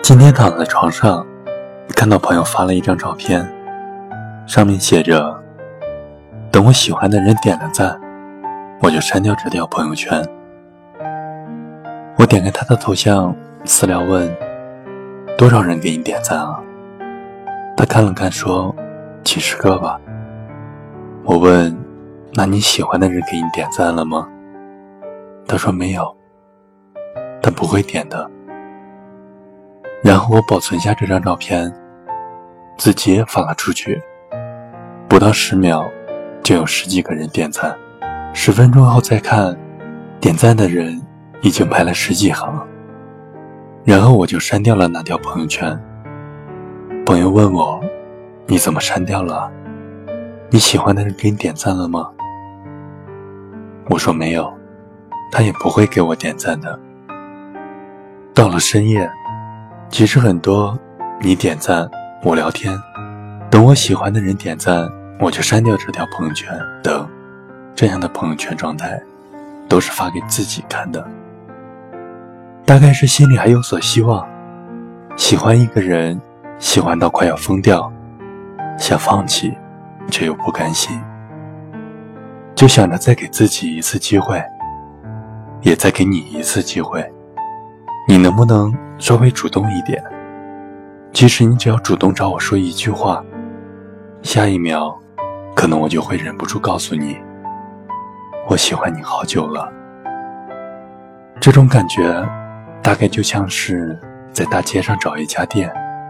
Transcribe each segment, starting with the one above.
今天躺在床上，看到朋友发了一张照片，上面写着：等我喜欢的人点了赞，我就删掉这条朋友圈。我点开他的头像，私聊问：多少人给你点赞啊？他看了看说：几十个吧。我问：那你喜欢的人给你点赞了吗？他说没有，他不会点的。然后我保存下这张照片，自己也发了出去，不到10秒就有10几个人点赞，10分钟后再看，点赞的人已经排了10几行。然后我就删掉了那条朋友圈。朋友问我：你怎么删掉了？你喜欢的人给你点赞了吗？我说没有，他也不会给我点赞的。到了深夜，其实很多你点赞我聊天，等我喜欢的人点赞我就删掉这条朋友圈等这样的朋友圈状态，都是发给自己看的。大概是心里还有所希望，喜欢一个人，喜欢到快要疯掉，想放弃却又不甘心，就想着再给自己一次机会，也再给你一次机会，你能不能稍微主动一点？其实你只要主动找我说一句话，下一秒可能我就会忍不住告诉你，我喜欢你好久了。这种感觉大概就像是在大街上找一家店，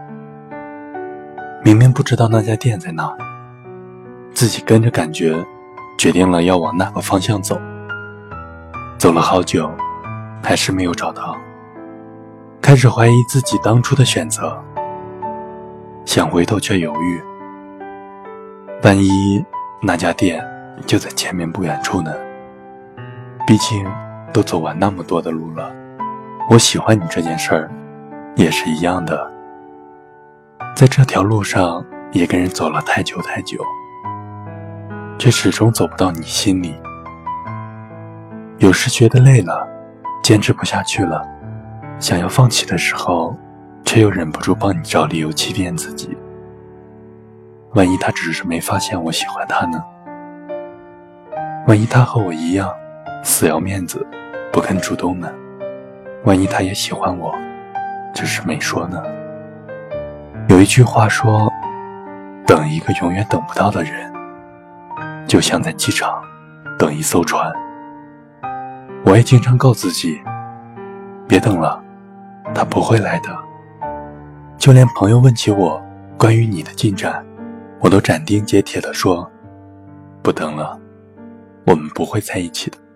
明明不知道那家店在哪，自己跟着感觉决定了要往那个方向走，走了好久还是没有找到，开始怀疑自己当初的选择，想回头却犹豫，万一那家店就在前面不远处呢？毕竟都走完那么多的路了，我喜欢你这件事儿也是一样的，在这条路上也跟人走了太久太久，却始终走不到你心里。有时觉得累了，坚持不下去了，想要放弃的时候，却又忍不住帮你找理由欺骗自己。万一他只是没发现我喜欢他呢？万一他和我一样死要面子不肯主动呢？万一他也喜欢我，只是没说呢？有一句话说，等一个永远等不到的人，就像在机场等一艘船。我也经常告自己，别等了，他不会来的。就连朋友问起我关于你的进展，我都斩钉截铁地说，不等了，我们不会在一起的。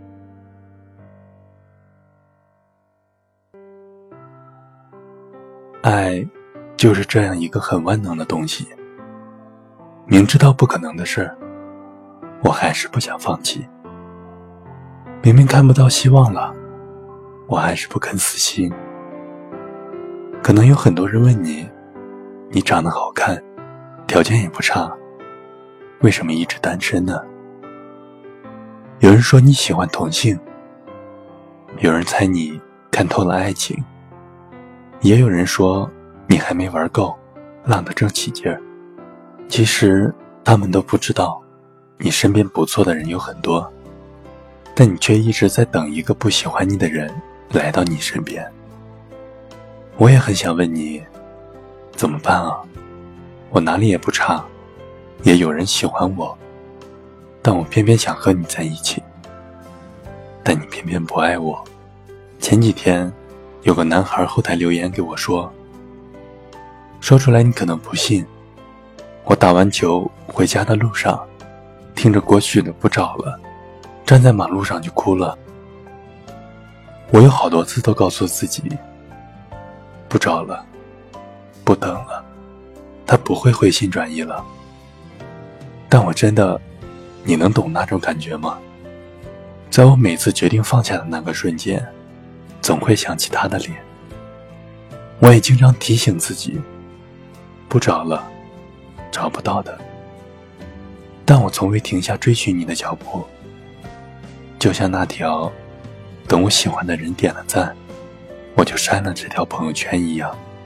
爱就是这样一个很万能的东西，明知道不可能的事，我还是不想放弃。明明看不到希望了，我还是不肯死心。可能有很多人问你，你长得好看，条件也不差，为什么一直单身呢？有人说你喜欢同性，有人猜你看透了爱情，也有人说你还没玩够，浪得正起劲儿。其实他们都不知道，你身边不错的人有很多，但你却一直在等一个不喜欢你的人来到你身边。我也很想问你，怎么办啊？我哪里也不差，也有人喜欢我，但我偏偏想和你在一起，但你偏偏不爱我。前几天有个男孩后台留言给我说出来你可能不信，我打完球回家的路上，听着郭旭的不找了，站在马路上就哭了。我有好多次都告诉自己，不找了，不等了，他不会回心转意了。但我真的，你能懂那种感觉吗？在我每次决定放下的那个瞬间，总会想起他的脸。我也经常提醒自己，不找了，找不到的。但我从未停下追寻你的脚步，就像那条等我喜欢的人点了赞，我就删了这条朋友圈一样。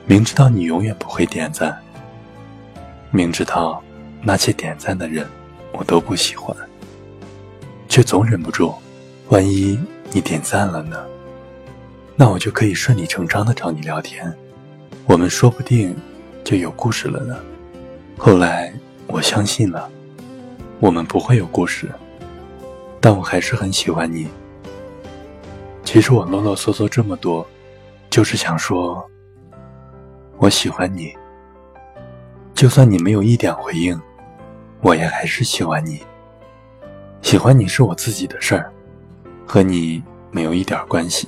明知道你永远不会点赞，明知道那些点赞的人我都不喜欢，却总忍不住，万一你点赞了呢？那我就可以顺理成章地找你聊天，我们说不定就有故事了呢。后来我相信了，我们不会有故事，但我还是很喜欢你。其实我啰啰嗦嗦这么多，就是想说我喜欢你，就算你没有一点回应，我也还是喜欢你。喜欢你是我自己的事儿，和你没有一点关系。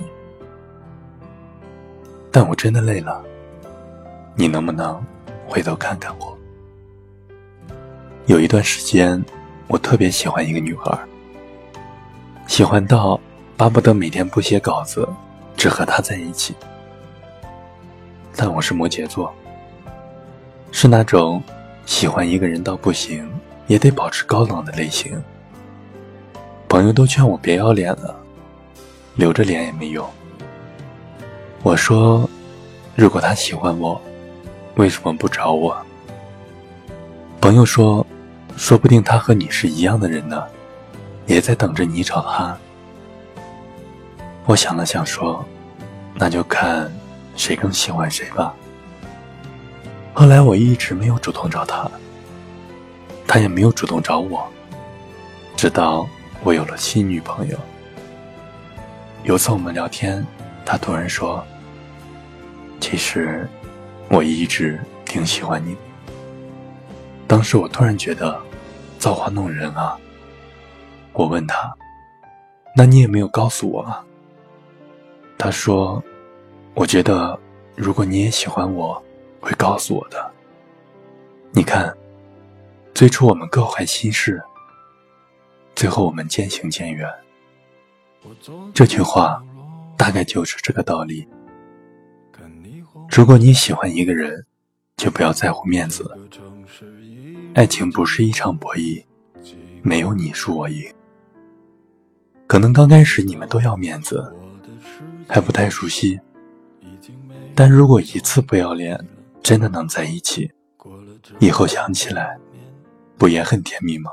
但我真的累了，你能不能回头看看我？有一段时间，我特别喜欢一个女孩，喜欢到巴不得每天不写稿子，只和她在一起。但我是摩羯座，是那种喜欢一个人到不行也得保持高冷的类型。朋友都劝我别要脸了，留着脸也没用。我说，如果他喜欢我，为什么不找我？朋友说，说不定他和你是一样的人呢，也在等着你找他。我想了想说，那就看谁更喜欢谁吧。后来我一直没有主动找他，他也没有主动找我，直到我有了新女朋友。有次我们聊天，他突然说，其实我一直挺喜欢你。当时我突然觉得造化弄人啊。我问他，那你也没有告诉我啊？他说，我觉得如果你也喜欢我，会告诉我的。你看，最初我们各怀心事，最后我们渐行渐远。这句话大概就是这个道理。如果你喜欢一个人，就不要在乎面子。爱情不是一场博弈，没有你输我赢。可能刚开始你们都要面子，还不太熟悉，但如果一次不要脸真的能在一起，以后想起来不也很甜蜜吗？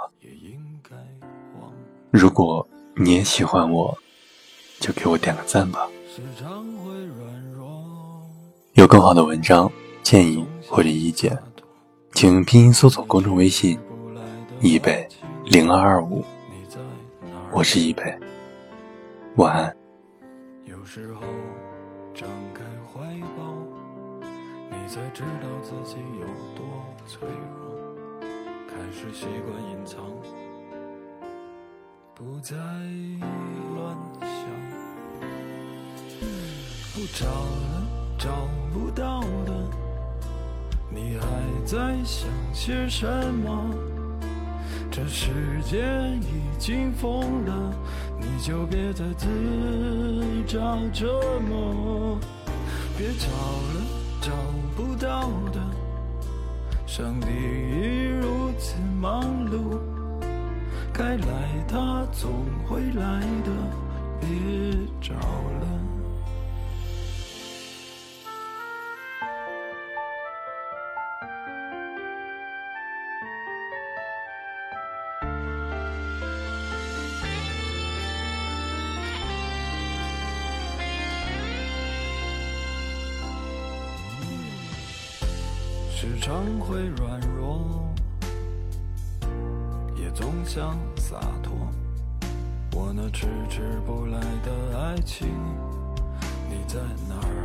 如果你也喜欢我，就给我点个赞吧。有更好的文章建议或者意见，请用拼音搜索公众微信一北0225，我是一北，晚安。 有时候张开怀抱，你才知道自己有多脆弱，开始习惯隐藏，不再乱想，不找了找不到的，你还在想些什么？这世界已经疯了，你就别再自找折磨。别找了找不到的，上帝已如此忙碌，该来他总会来的，别找了。时常会软弱，也总想洒脱。我那迟迟不来的爱情，你在哪儿啊？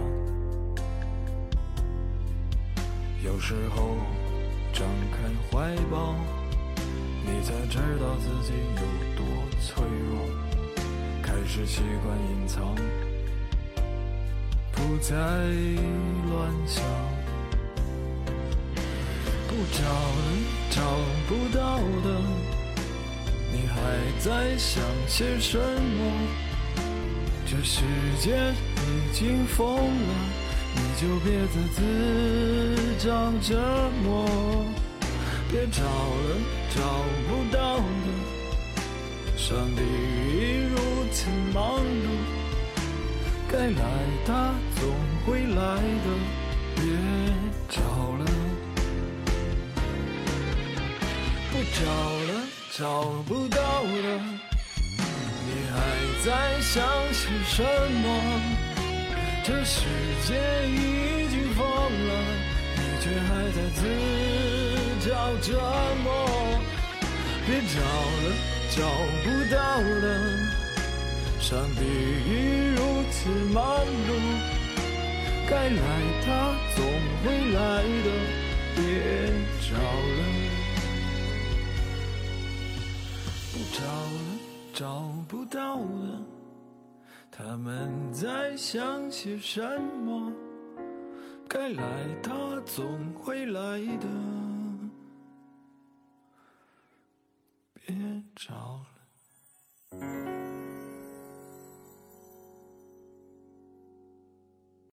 有时候张开怀抱，你才知道自己有多脆弱，开始习惯隐藏，不再乱想。不找了找不到的，你还在想些什么？这世界已经疯了，你就别再自找折磨。别找了找不到的，上帝已如此忙碌，该来他总会来的，别找了，不找了，找不到了，你还在想些什么？这世界已经疯了，你却还在自找折磨。别找了，找不到了，上帝已如此忙碌，该来他总会来的，别找了，不找了，找不到了，他们在想些什么？该来他总会来的，别找了。